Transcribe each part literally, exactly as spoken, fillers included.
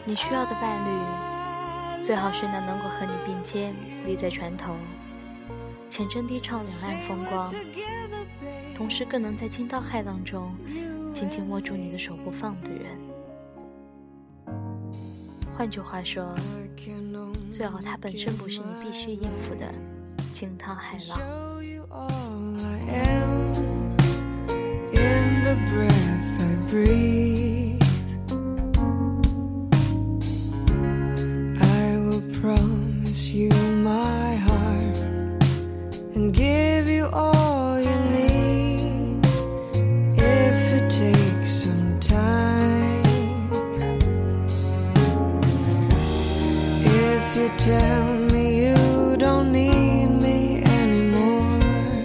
你需要的伴侣，最好是那能够和你并肩立在船头，浅斟低唱两岸风光，同时更能在惊涛骇浪中紧紧握住你的手不放的人。换句话说，最好他本身不是你必须应付的惊涛骇浪。 Tell me you don't need me anymore,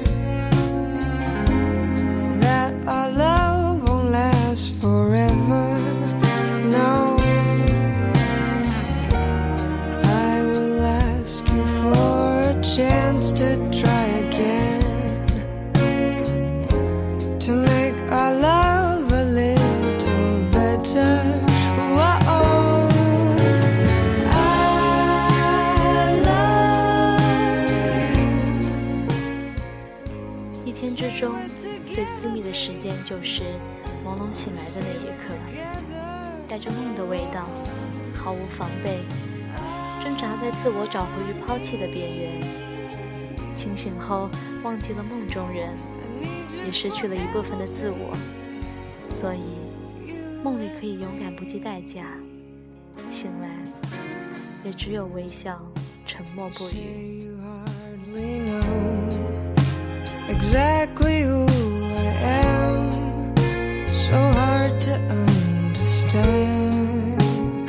that our love won't last forever. No, I will ask you for a chance to try again, to make our love a little better. 之中最私密的时间就是朦胧醒来的那一刻，带着梦的味道，毫无防备，挣扎在自我找回与抛弃的边缘。清醒后忘记了梦中人，也失去了一部分的自我，所以梦里可以勇敢不计代价，醒来也只有微笑，沉默不语。 Exactly who I am, so hard to understand.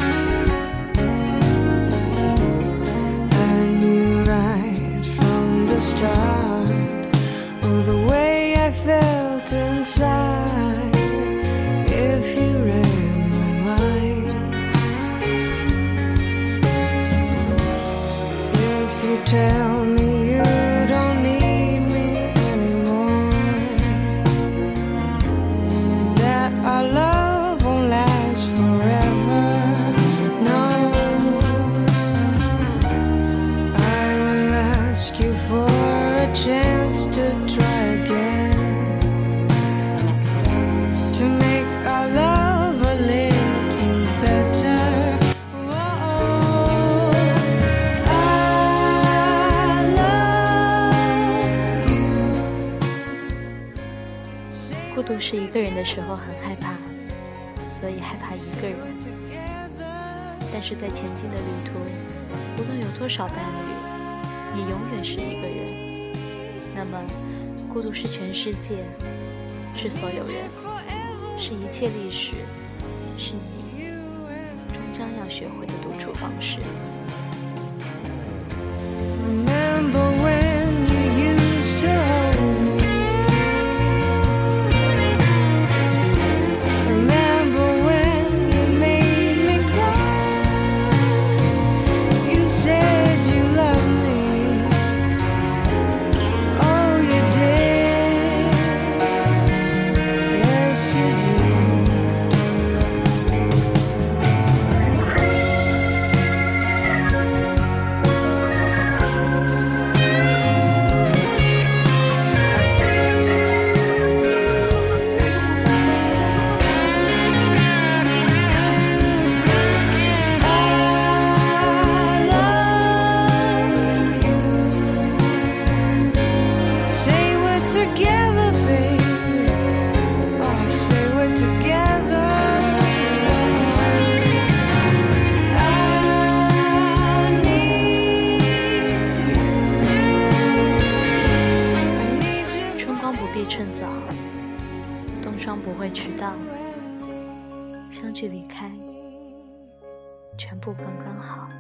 I knew right from the start, oh, the way I felt inside. If you read my mind, if you tell me you don't need our love won't last forever. No, I will ask you for a chance to try again, to make our love a little better. Whoa, I love you. 孤独是一个人的时候很害怕，所以害怕一个人。但是在前进的旅途，无论有多少伴侣，你永远是一个人。那么，孤独是全世界，是所有人，是一切历史，是你终将要学会的独处方式。 Remember when you used to hold me? 到，相聚离开，全部刚刚好。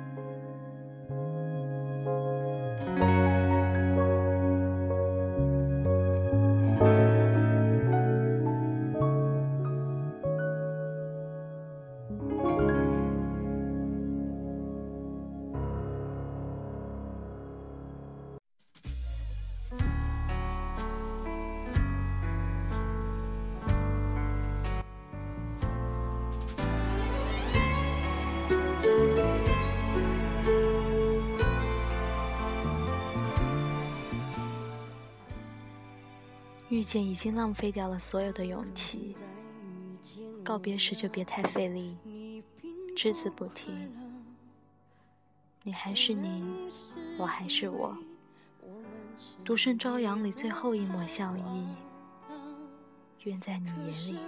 遇见已经浪费掉了所有的勇气，告别时就别太费力，只字不提。你还是你，我还是我，独剩朝阳里最后一抹笑意，愿在你眼里。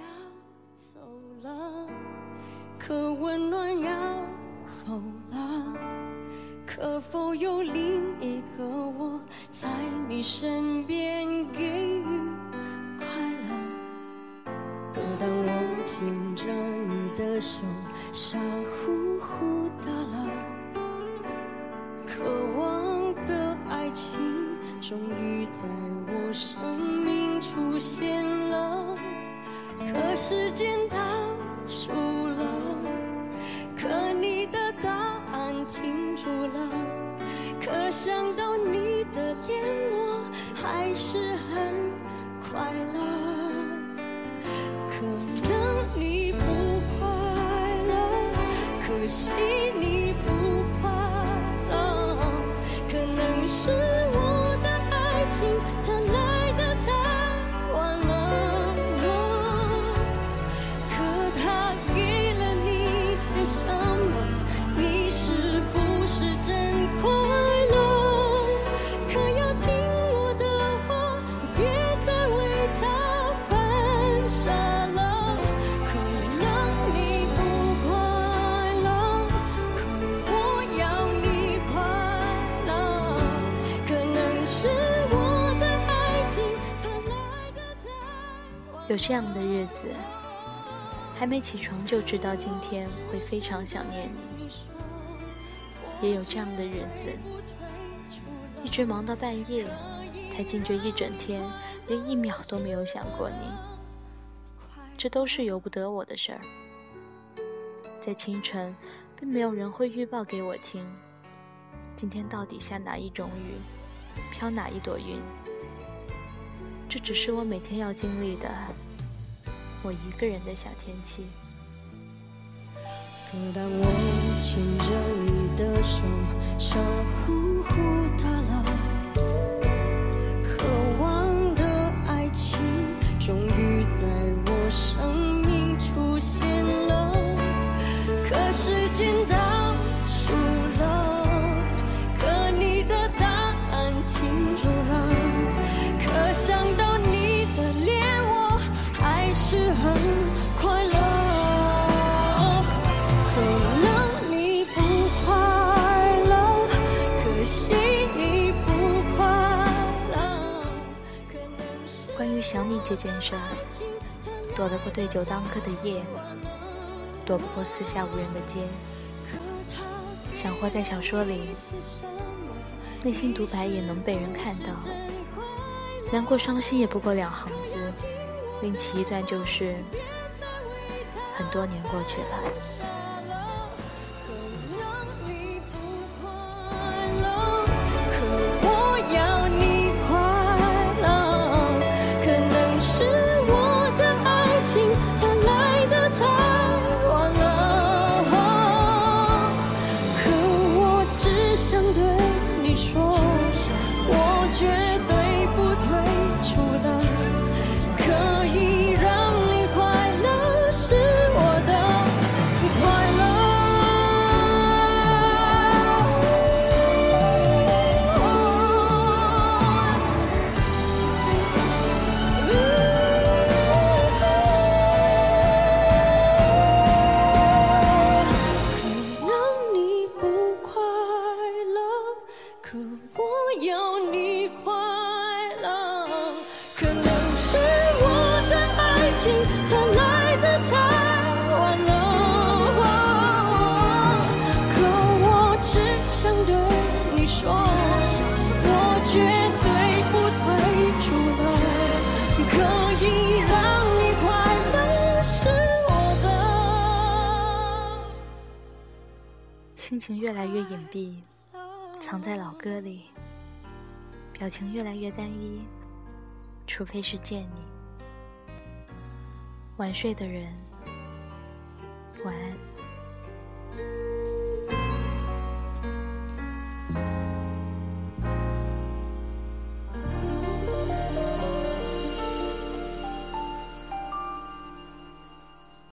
可温暖要走了，可否有另一个我在你身边给予快乐？可当我牵着你的手，傻乎乎的了，渴望的爱情终于在我生命出现了，可时间倒数了，可你的答案停住了，可想到你的脸我还是很快乐。可能你不快乐，可惜你不快乐，可能是我的爱情它来得太晚了，可它给了你些什么？你是不是真快乐？可要听我的话，别再为它犯傻了。可能你不快乐，可我要你快乐。可能是我的爱情它来得太晚。 有这样的日子，还没起床就知道今天会非常想念你，也有这样的日子，一直忙到半夜，才惊觉一整天连一秒都没有想过你。这都是由不得我的事儿。在清晨，并没有人会预报给我听，今天到底下哪一种雨，飘哪一朵云。这只是我每天要经历的，我一个人的小天气。 可当我牵着你的手，傻乎乎的了，渴望的爱情终于在我生命出现了，可时间倒数了，可你的答案停住了，可想到你的脸我还是很快乐。可能你不快乐，可惜你不快乐。 关于想你这件事儿，躲得过对酒当歌的夜，躲不过四下无人的街。想活在小说里，内心独白也能被人看到，难过伤心也不过两行字，另起一段就是很多年过去了。心情越来越隐蔽，藏在老歌里，表情越来越单一，除非是见你。晚睡的人，晚安。